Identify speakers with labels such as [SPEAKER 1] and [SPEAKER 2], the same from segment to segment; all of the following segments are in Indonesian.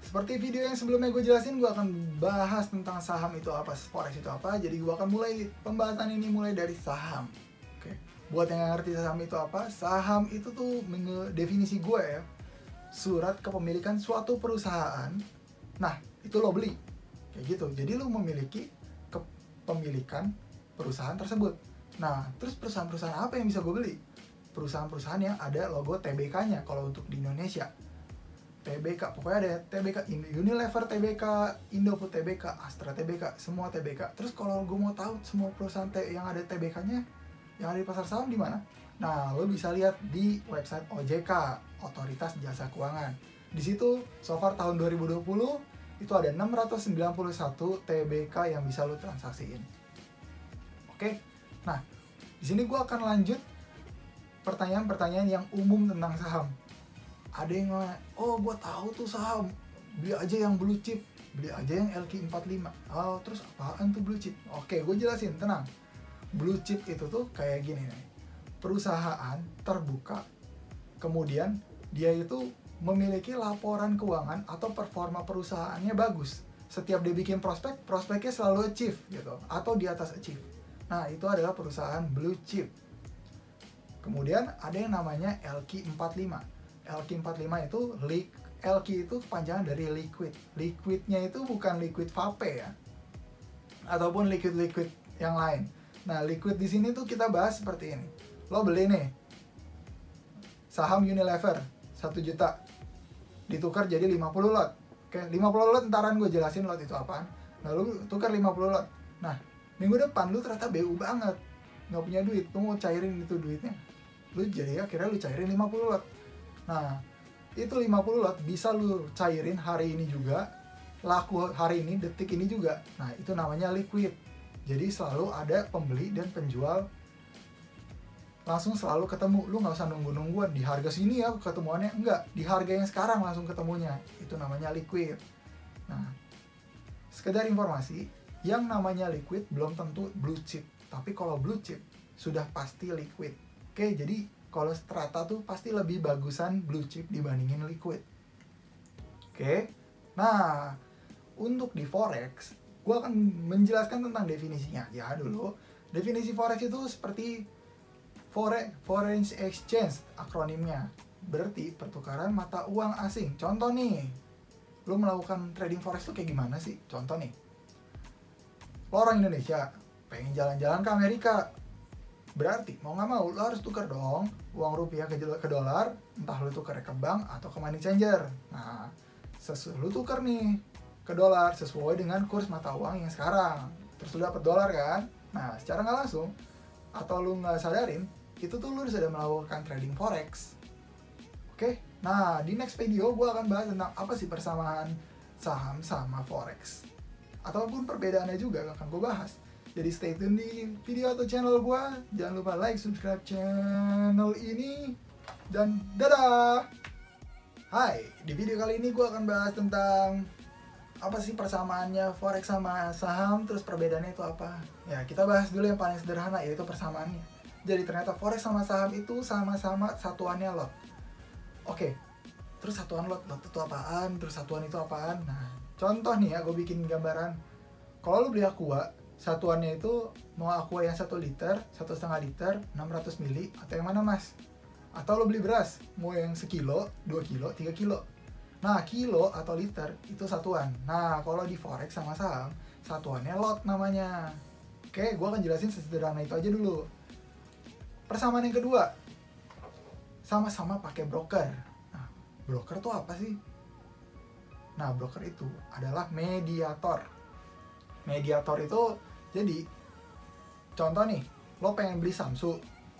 [SPEAKER 1] seperti video yang sebelumnya gue jelasin, gue akan bahas tentang saham itu apa, forex itu apa. Jadi gue akan mulai pembahasan ini mulai dari saham. Oke, buat yang nggak ngerti saham itu apa, saham itu tuh definisi gue ya, surat kepemilikan suatu perusahaan. Nah, itu lo beli, kayak gitu. Jadi lo memiliki kepemilikan perusahaan tersebut. Nah, terus perusahaan-perusahaan apa yang bisa gue beli? Perusahaan-perusahaan yang ada logo TBK-nya kalau untuk di Indonesia. TBK, pokoknya ada TBK, Unilever TBK, Indofood TBK, Astra TBK, semua TBK. Terus kalau gue mau tahu semua perusahaan yang ada TBK-nya, yang ada di pasar saham di mana? Nah, lo bisa lihat di website OJK, Otoritas Jasa Keuangan. Di situ, so far tahun 2020, itu ada 691 TBK yang bisa lo transaksiin. Oke, nah, di sini gue akan lanjut pertanyaan-pertanyaan yang umum tentang saham. Ada yang ngomong, oh gue tahu tuh saham, beli aja yang blue chip, beli aja yang LQ45. Oh terus apaan tuh blue chip? Oke, gue jelasin, tenang. Blue chip itu tuh kayak gini nih, perusahaan terbuka, kemudian dia itu memiliki laporan keuangan atau performa perusahaannya bagus. Setiap dia bikin prospek, prospeknya selalu achieve gitu, atau di atas achieve. Nah itu adalah perusahaan blue chip. Kemudian ada yang namanya LQ45. LQ45 itu LQ itu kepanjangan dari liquid. Liquidnya itu bukan liquid vape ya, ataupun liquid yang lain. Nah, liquid di sini tuh kita bahas seperti ini. Lo beli nih saham Unilever 1 juta, ditukar jadi 50 lot. Oke, 50 lot ntaran gue jelasin lot itu apaan. Nah, lu tukar 50 lot. Nah, minggu depan lu ternyata BU banget, nggak punya duit, lu mau cairin itu duitnya. Lu jadi akhirnya lu cairin 50 lot. Nah, itu 50 lot bisa lu cairin hari ini juga, laku hari ini, detik ini juga. Nah, itu namanya liquid. Jadi selalu ada pembeli dan penjual, langsung selalu ketemu. Lu nggak usah nunggu-nungguan di harga sini ya ketemuannya. Enggak, di harga yang sekarang langsung ketemunya. Itu namanya liquid. Nah, sekedar informasi, yang namanya liquid belum tentu blue chip. Tapi kalau blue chip sudah pasti liquid. Oke, jadi kalau strata tuh pasti lebih bagusan blue chip dibandingin liquid. Oke. Nah, untuk di forex, gue akan menjelaskan tentang definisinya. Ya dulu, definisi forex itu seperti foreign exchange akronimnya. Berarti pertukaran mata uang asing. Contoh nih, lo melakukan trading forex tuh kayak gimana sih? Contoh nih, lo orang Indonesia pengen jalan-jalan ke Amerika. Berarti mau nggak mau lo harus tukar dong uang rupiah ke dolar, entah lo tukar ke bank atau ke money changer. Nah, lo tukar nih ke dolar sesuai dengan kurs mata uang yang sekarang. Terus lo dapet dolar kan? Nah, secara nggak langsung atau lo nggak sadarin, itu tuh lo sudah melakukan trading forex. Oke? Nah, di next video gue akan bahas tentang apa sih persamaan saham sama forex, ataupun perbedaannya juga akan gue bahas. Jadi stay tune di video atau channel gue. Jangan lupa like, subscribe channel ini. Dan dadah! Hai, di video kali ini gue akan bahas tentang apa sih persamaannya forex sama saham, terus perbedaannya itu apa. Ya, kita bahas dulu yang paling sederhana, yaitu persamaannya. Jadi ternyata forex sama saham itu sama-sama satuannya lot. Oke, terus satuan lot itu apaan, terus satuan itu apaan. Nah, contoh nih ya, gue bikin gambaran. Kalau lo beli Aqua, satuannya itu mau Aqua yang 1 liter, 1,5 liter, 600 mili, atau yang mana mas? Atau lo beli beras, mau yang sekilo, 2 kilo, 3 kilo. Nah, kilo atau liter itu satuan. Nah, kalau di forex sama saham, satuannya lot namanya. Oke, gue akan jelasin sesederhana itu aja dulu. Persamaan yang kedua, sama-sama pakai broker. Nah, broker tuh apa sih? Nah, broker itu adalah mediator. Mediator itu jadi contoh nih, lo pengen beli Samsu,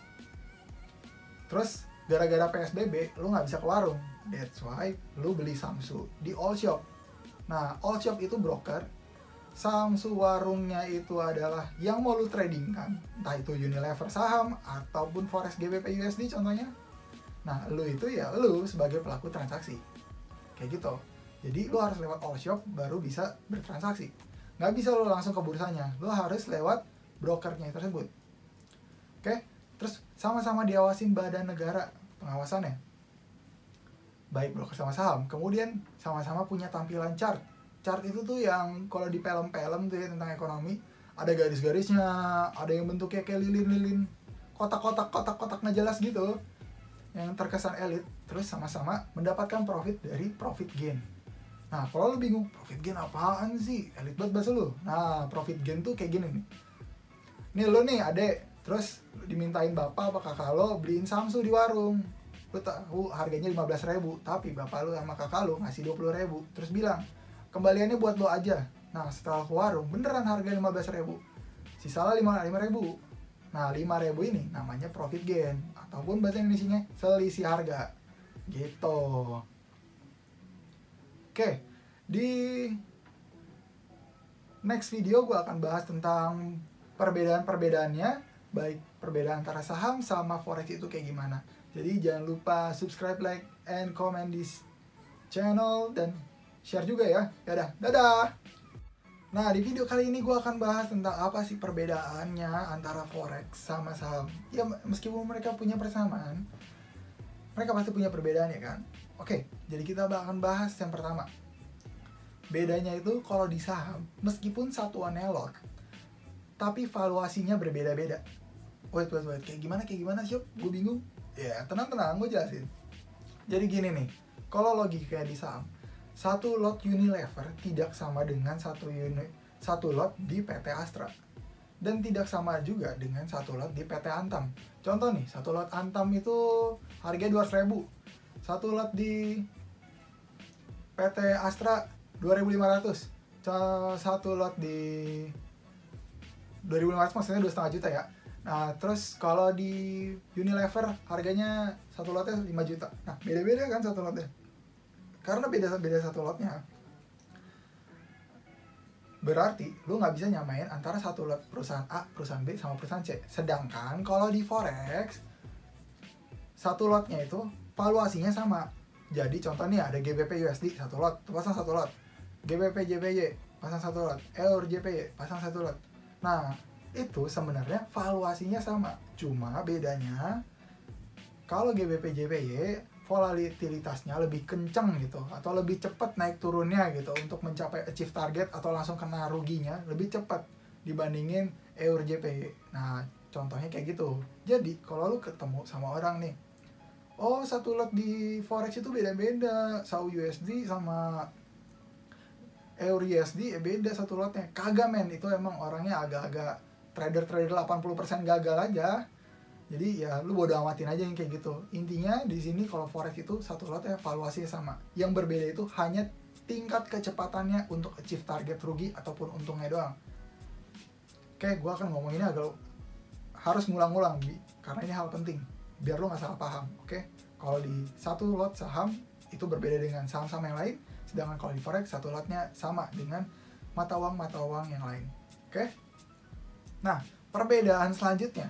[SPEAKER 1] terus gara-gara PSBB lo nggak bisa ke warung, that's why lo beli Samsu di all shop. Nah, all shop itu broker, Samsu warungnya itu adalah yang mau lo trading kan, entah itu Unilever saham ataupun forex GBP USD contohnya. Nah, lo itu ya lo sebagai pelaku transaksi kayak gitu. Jadi lo harus lewat all shop baru bisa bertransaksi. Nggak bisa lo langsung ke bursanya, lo harus lewat brokernya tersebut. Oke, terus sama-sama diawasin badan negara pengawasannya. baik broker sama saham. Kemudian sama-sama punya tampilan chart. Chart itu tuh yang kalau di film-film tuh ya tentang ekonomi, ada garis-garisnya, ada yang bentuknya kayak lilin-lilin, kotak-kotak nggak jelas gitu, yang terkesan elit. Terus sama-sama mendapatkan profit dari profit gain. Nah, kalau lu bingung, profit gain apaan sih? Elit banget bahasa lu. Nah, profit gain tuh kayak gini nih. Nih lu nih adek, terus dimintain bapak apa kakak lo beliin samsu di warung. Lu tahu harganya 15.000, tapi bapak lu sama kakak lu ngasih 20.000. Terus bilang, kembaliannya buat lo aja. Nah, setelah ke warung, beneran harga 15.000. Sisa 5.000. Nah, 5.000 ini namanya profit gain, ataupun bahasa Indonesianya selisih harga. Gitu. Oke, di next video gue akan bahas tentang perbedaan-perbedaannya, baik perbedaan antara saham sama forex itu kayak gimana. Jadi jangan lupa subscribe, like, and comment di channel, dan share juga ya. Dadah. Nah, di video kali ini gue akan bahas tentang apa sih perbedaannya antara forex sama saham. Ya, meskipun mereka punya persamaan, mereka pasti punya perbedaan ya kan. Oke, jadi kita akan bahas yang pertama. Bedanya itu kalau di saham, meskipun satuannya lot, tapi valuasinya berbeda-beda. Wait, kayak gimana sih? Gue bingung. Ya, tenang, gue jelasin. Jadi gini nih, kalau logika di saham, satu lot Unilever tidak sama dengan satu lot di PT Astra, dan tidak sama juga dengan satu lot di PT Antam. Contoh nih, satu lot Antam itu harganya 200.000, satu lot di PT Astra 2.500, satu lot di 2.500 maksudnya 2,5 juta ya. Nah, terus kalau di Unilever harganya satu lotnya 5 juta. Nah, beda-beda kan satu lotnya. Karena beda satu lotnya, berarti lu nggak bisa nyamain antara satu lot perusahaan A, perusahaan B, sama perusahaan C. Sedangkan kalau di forex, satu lotnya itu valuasinya sama. Jadi contohnya ada GBP USD satu lot, pasang satu lot. GBP JPY pasang satu lot. EUR JPY pasang satu lot. Nah, itu sebenarnya valuasinya sama. Cuma bedanya kalau GBP JPY volatilitasnya lebih kenceng gitu, atau lebih cepat naik turunnya gitu untuk mencapai achieve target atau langsung kena ruginya lebih cepat dibandingin EUR JPY. Nah, contohnya kayak gitu. Jadi kalau lu ketemu sama orang nih, oh satu lot di forex itu beda-beda, SAU USD sama EUR USD beda satu lotnya. Kagak men, itu emang orangnya agak-agak trader 80% gagal aja. Jadi ya lu bodo amatin aja yang kayak gitu. Intinya di sini kalau forex itu satu lot ya valuasinya sama. Yang berbeda itu hanya tingkat kecepatannya untuk achieve target rugi ataupun untungnya doang. Oke, gue akan ngomonginnya agak harus ngulang-ngulang karena ini hal penting biar lu nggak salah paham. Oke, kalau di satu lot saham itu berbeda dengan saham-saham yang lain, sedangkan kalau di forex satu lotnya sama dengan mata uang yang lain. Oke. Nah, perbedaan selanjutnya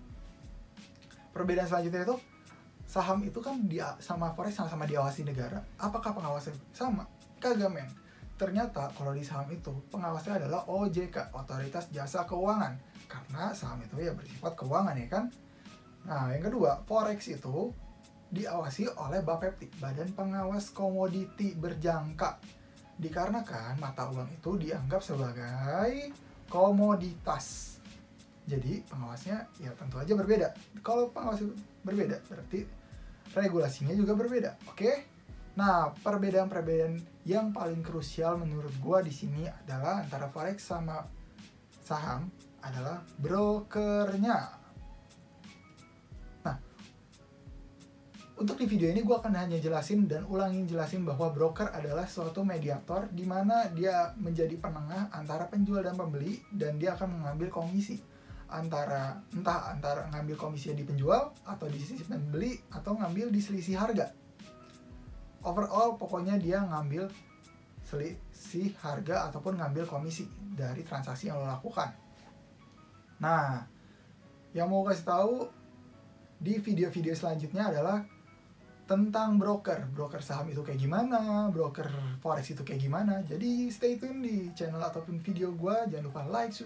[SPEAKER 1] itu saham itu kan sama forex sama-sama diawasi negara. Apakah pengawasnya sama? Kagak men. Ternyata kalau di saham itu pengawasnya adalah OJK, Otoritas Jasa Keuangan, karena saham itu ya bersifat keuangan ya kan. Nah, yang kedua, forex itu diawasi oleh BAPEPTI, Badan Pengawas Komoditi Berjangka, dikarenakan mata uang itu dianggap sebagai komoditas. Jadi pengawasnya ya tentu aja berbeda. Kalau pengawasnya berbeda, berarti regulasinya juga berbeda. Oke? Nah, perbedaan yang paling krusial menurut gua di sini adalah antara forex sama saham adalah brokernya. Nah, untuk di video ini gua akan hanya jelasin bahwa broker adalah suatu mediator di mana dia menjadi penengah antara penjual dan pembeli, dan dia akan mengambil komisi entah ngambil komisinya di penjual atau di sisi pembeli atau ngambil di selisih harga. Overall pokoknya dia ngambil selisih harga ataupun ngambil komisi dari transaksi yang lo lakukan. Nah, yang mau kasih tahu di video-video selanjutnya adalah tentang broker saham itu kayak gimana, broker forex itu kayak gimana. Jadi stay tune di channel ataupun video gue. Jangan lupa like,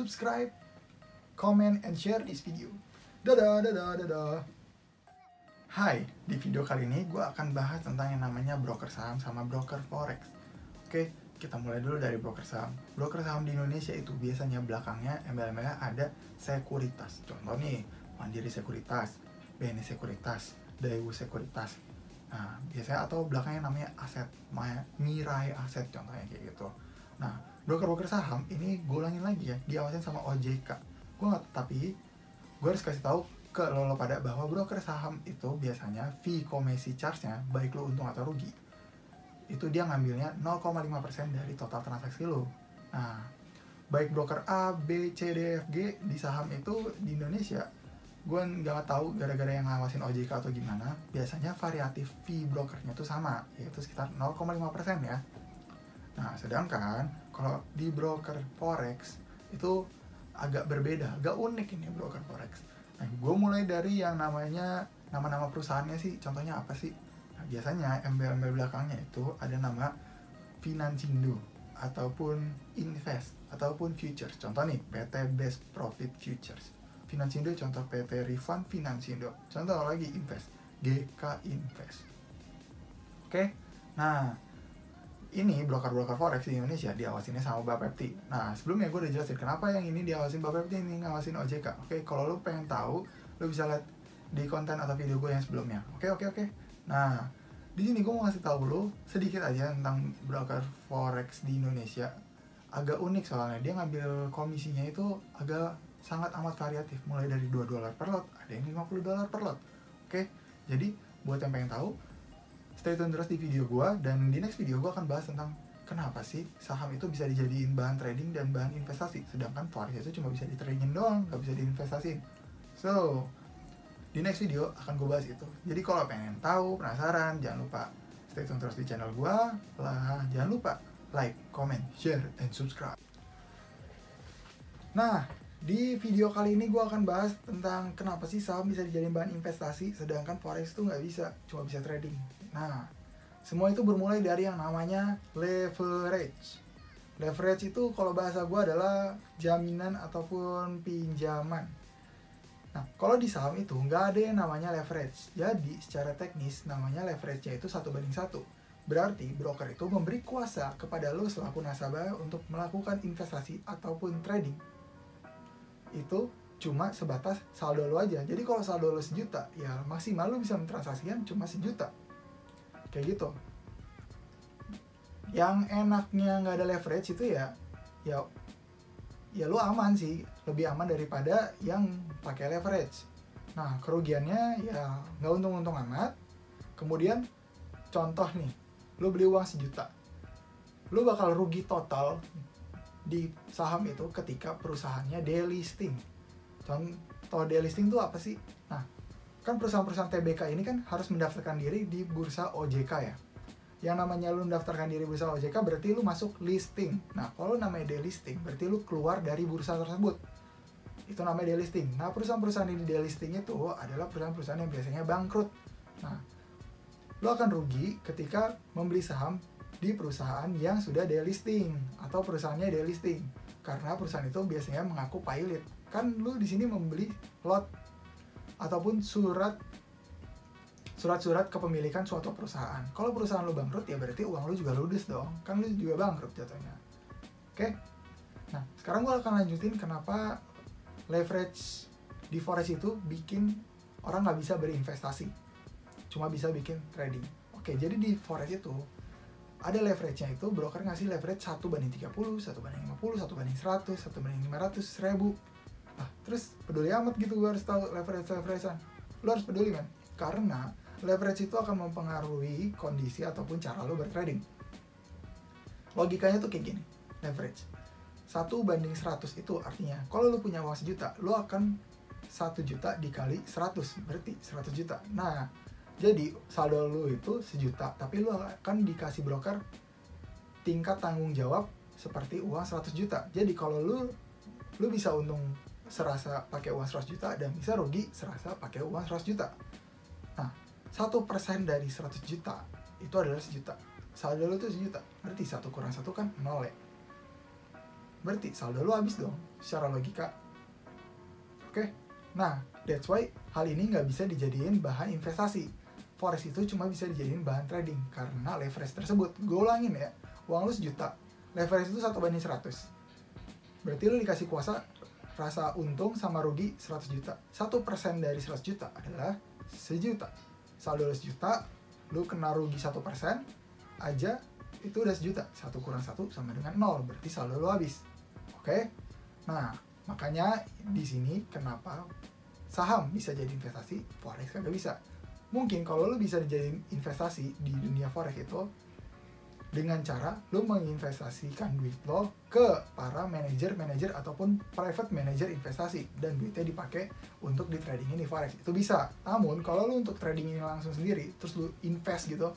[SPEAKER 1] subscribe, comment, and share this video. Dadah. Hai, di video kali ini gue akan bahas tentang yang namanya broker saham sama broker forex. Oke, kita mulai dulu dari broker saham. Broker saham di Indonesia itu biasanya belakangnya embel-embelnya ada sekuritas. Contoh nih, Mandiri Sekuritas, BNI Sekuritas, Daewoo Sekuritas. Nah, biasanya atau belakangnya namanya aset, Mirai Aset contohnya kayak gitu. Nah, broker-broker saham ini gue ulangin lagi ya, diawasin sama OJK. Tapi gue harus kasih tahu ke lo pada bahwa broker saham itu biasanya fee komisi charge-nya, baik lo untung atau rugi, itu dia ngambilnya 0,5% dari total transaksi lo. Nah, baik broker A, B, C, D, F, G di saham itu di Indonesia, gue nggak tahu gara-gara yang ngawasin OJK atau gimana, biasanya variatif fee brokernya tuh sama, yaitu sekitar 0,5% ya. Nah, sedangkan kalau di broker forex itu agak berbeda, agak unik ini broker forex. Nah, gue mulai dari yang namanya nama-nama perusahaannya sih, contohnya apa sih? Nah, biasanya embel-embel belakangnya itu ada nama Finansindo, ataupun Invest, ataupun Futures. Contoh nih, PT Best Profit Futures. Finansindo contoh PT Refund Finansindo. Contoh lagi Invest, GK Invest. Oke, nah ini broker-broker forex di Indonesia diawasinnya sama Bapepti. Nah, sebelumnya gue udah jelasin kenapa yang ini diawasin Bapepti, ini ngawasin OJK. Oke, kalau lo pengen tahu, lo bisa lihat di konten atau video gue yang sebelumnya. Oke. Nah, di sini gue mau ngasih tahu lo sedikit aja tentang broker forex di Indonesia. Agak unik soalnya, dia ngambil komisinya itu agak sangat amat variatif. Mulai dari $2 per lot, ada yang $50 per lot. Oke, jadi buat yang pengen tahu, stay tune terus di video gue, dan di next video gue akan bahas tentang kenapa sih saham itu bisa dijadiin bahan trading dan bahan investasi, sedangkan forex itu cuma bisa di trading doang, gak bisa diinvestasiin. So, di next video akan gue bahas itu. Jadi kalau pengen tahu, penasaran, jangan lupa stay tune terus di channel gue lah. Jangan lupa like, comment, share, and subscribe. Nah, di video kali ini gue akan bahas tentang kenapa sih saham bisa dijadiin bahan investasi, sedangkan forex itu nggak bisa, cuma bisa trading. Nah, semua itu bermulai dari yang namanya leverage. Leverage itu kalau bahasa gue adalah jaminan ataupun pinjaman. Nah, kalau di saham itu nggak ada yang namanya leverage. Jadi, secara teknis namanya leverage-nya itu 1:1. Berarti broker itu memberi kuasa kepada lo selaku nasabah untuk melakukan investasi ataupun trading. Itu cuma sebatas saldo lo aja. Jadi kalau saldo lo 1 juta, ya maksimal lo bisa mentransaksikan cuma 1 juta. Kayak gitu. Yang enaknya nggak ada leverage itu ya lo aman sih, lebih aman daripada yang pakai leverage. Nah, kerugiannya ya nggak untung-untung amat. Kemudian contoh nih, lo beli uang 1 juta, lo bakal rugi total di saham itu ketika perusahaannya delisting. Contoh delisting itu apa sih? Nah, kan perusahaan-perusahaan TBK ini kan harus mendaftarkan diri di bursa OJK ya. Yang namanya lu mendaftarkan diri bursa OJK berarti lu masuk listing. Nah, kalau namanya delisting berarti lu keluar dari bursa tersebut. Itu namanya delisting. Nah, perusahaan-perusahaan ini delisting itu adalah perusahaan-perusahaan yang biasanya bangkrut. Nah, lu akan rugi ketika membeli saham di perusahaan yang sudah delisting atau perusahaannya delisting, karena perusahaan itu biasanya mengaku pilot. Kan lu di sini membeli lot ataupun surat-surat kepemilikan suatu perusahaan. Kalau perusahaan lu bangkrut ya berarti uang lu juga ludes dong, kan lu juga bangkrut jatuhnya. Oke. Nah, sekarang gue akan lanjutin kenapa leverage di forex itu bikin orang nggak bisa berinvestasi, cuma bisa bikin trading. Oke, jadi di forex itu ada leverage-nya itu, broker ngasih leverage 1:30, 1:50, 1:100, 1:500, 1000. Nah, terus peduli amat gitu gue harus tahu leverage-an. Lo harus peduli man, karena leverage itu akan mempengaruhi kondisi ataupun cara lo bertrading. Logikanya tuh kayak gini, leverage 1:100 itu artinya kalau lo punya uang 1 juta, lo akan 1 juta dikali 100, berarti 100 juta. Nah, jadi saldo lu itu 1 juta, tapi lu akan dikasih broker tingkat tanggung jawab seperti uang 100 juta. Jadi kalau lu bisa untung serasa pakai uang 100 juta dan bisa rugi serasa pakai uang 100 juta. Nah, 1% dari 100 juta itu adalah 1 juta. Saldo lu itu 1 juta, berarti 1 kurang 1 kan 0 ya. Berarti saldo lu habis dong secara logika. Oke. Nah, that's why hal ini nggak bisa dijadiin bahan investasi. Forex itu cuma bisa dijadiin bahan trading karena leverage tersebut. Gue ulangin ya, uang lu 1 juta, leverage itu 1/100. Berarti lu dikasih kuasa rasa untung sama rugi 100 juta. 1% dari 100 juta adalah 1 juta. Saldo lu 1 juta, lu kena rugi 1% aja, itu udah 1 juta. 1 kurang 1 sama dengan 0, berarti saldo lu habis. Oke? Nah, makanya di sini kenapa saham bisa jadi investasi, forex kagak bisa. Mungkin kalau lu bisa dijadiin investasi di dunia forex itu dengan cara lu menginvestasikan duit lo ke para manajer ataupun private manager investasi dan duitnya dipakai untuk di tradingin di forex. Itu bisa. Namun kalau lu untuk trading ini langsung sendiri terus lu invest gitu,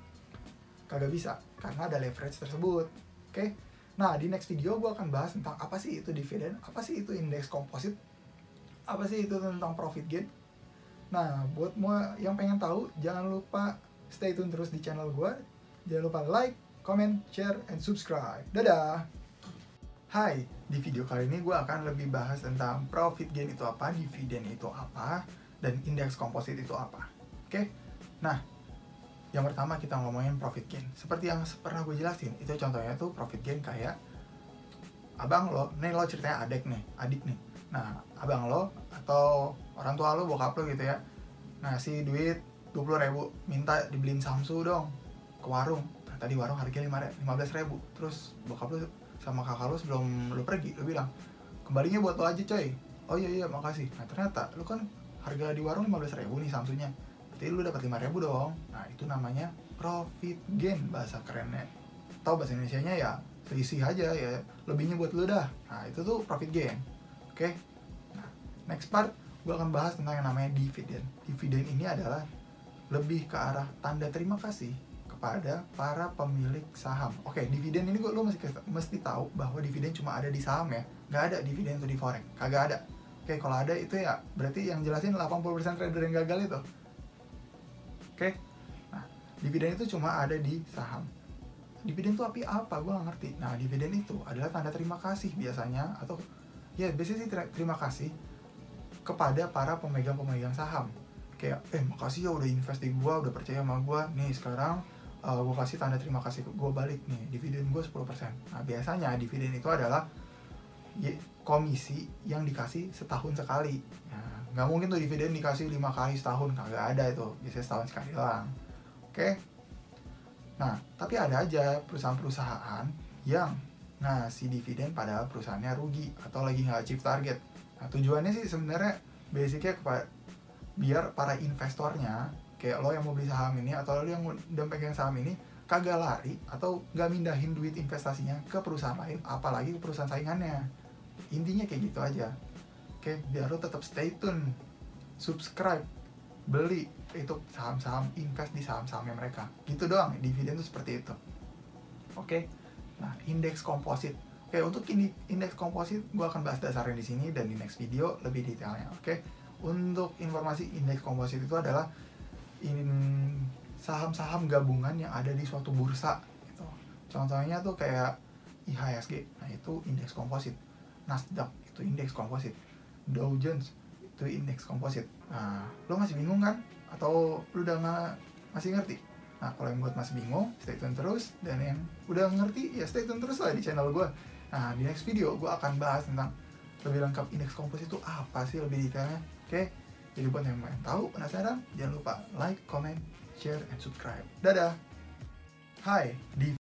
[SPEAKER 1] kagak bisa karena ada leverage tersebut. Oke? Nah, di next video gue akan bahas tentang apa sih itu dividen, apa sih itu indeks komposit, apa sih itu tentang profit gain. Nah, buat semua yang pengen tahu, jangan lupa stay tune terus di channel gue. Jangan lupa like, comment, share, and subscribe. Dadah! Hai, di video kali ini gue akan lebih bahas tentang profit gain itu apa, dividen itu apa, dan indeks komposit itu apa. Oke? Nah, yang pertama kita ngomongin profit gain. Seperti yang pernah gue jelasin, itu contohnya tuh profit gain kayak abang lo, nih lo ceritanya adik nih. Nah, abang lo atau orang tua lo, bokap lo gitu ya, ngasih duit 20.000, minta dibeliin Samsu dong ke warung. Nah, tadi warung harganya 15.000. Terus bokap lo sama kakak lo sebelum lo pergi, lo bilang, kembalinya buat lo aja coy. Oh iya makasih. Nah, ternyata lo kan harga di warung 15.000 nih Samsunya, berarti lo dapat 5.000 dong. Nah, itu namanya profit gain bahasa kerennya. Atau bahasa Indonesianya ya selisih aja ya, lebihnya buat lo dah. Nah, itu tuh profit gain. Oke? Nah, next part gue akan bahas tentang yang namanya dividen. Dividen ini adalah lebih ke arah tanda terima kasih kepada para pemilik saham. Oke, dividen ini lo mesti tahu bahwa dividen cuma ada di saham ya. Nggak ada dividen itu di forex. Kagak ada. Oke, kalau ada itu ya berarti yang jelasin 80% trader yang gagal itu. Oke? Nah, dividen itu cuma ada di saham. Dividen itu apa? Gue nggak ngerti. Nah, dividen itu adalah tanda terima kasih biasanya, atau ya biasanya sih terima kasih kepada para pemegang saham. Kayak, makasih ya udah invest di gue, udah percaya sama gue. Nih sekarang gue kasih tanda terima kasih ke gue balik nih, dividen gue 10%. Nah, biasanya dividen itu adalah komisi yang dikasih setahun sekali. Nah, nggak mungkin tuh dividen dikasih 5 kali setahun, kagak ada itu. Biasanya setahun sekali doang. Oke? Nah, tapi ada aja perusahaan-perusahaan yang ngasih dividen pada perusahaannya rugi atau lagi nggak achieve target. Nah, tujuannya sih sebenarnya basicnya biar para investornya, kayak lo yang mau beli saham ini atau lo yang udah pegang saham ini, kagak lari atau nggak mindahin duit investasinya ke perusahaan lain, apalagi ke perusahaan saingannya. Intinya kayak gitu aja. Oke, biar lo tetap stay tune, subscribe, beli itu saham-saham, invest di saham-sahamnya mereka. Gitu doang, dividen itu seperti itu. Oke. Nah, indeks komposit. Oke, untuk indeks komposit gue akan bahas dasarnya di sini dan di next video lebih detailnya. Oke. Untuk informasi, indeks komposit itu adalah saham-saham gabungan yang ada di suatu bursa gitu. Contohnya tuh kayak IHSG. Nah, itu indeks komposit. Nasdaq itu indeks komposit. Dow Jones itu indeks komposit. Nah, lo masih bingung kan? Atau lu udah masih ngerti? Nah, kalau yang buat masih bingung, stay tune terus. Dan yang udah ngerti, ya stay tune terus lah di channel gue. Nah, di next video gue akan bahas tentang lebih lengkap indeks komposit itu apa sih lebih detailnya. Oke? Jadi buat yang mau tahu, penasaran, jangan lupa like, comment, share, and subscribe. Dadah! Hai, di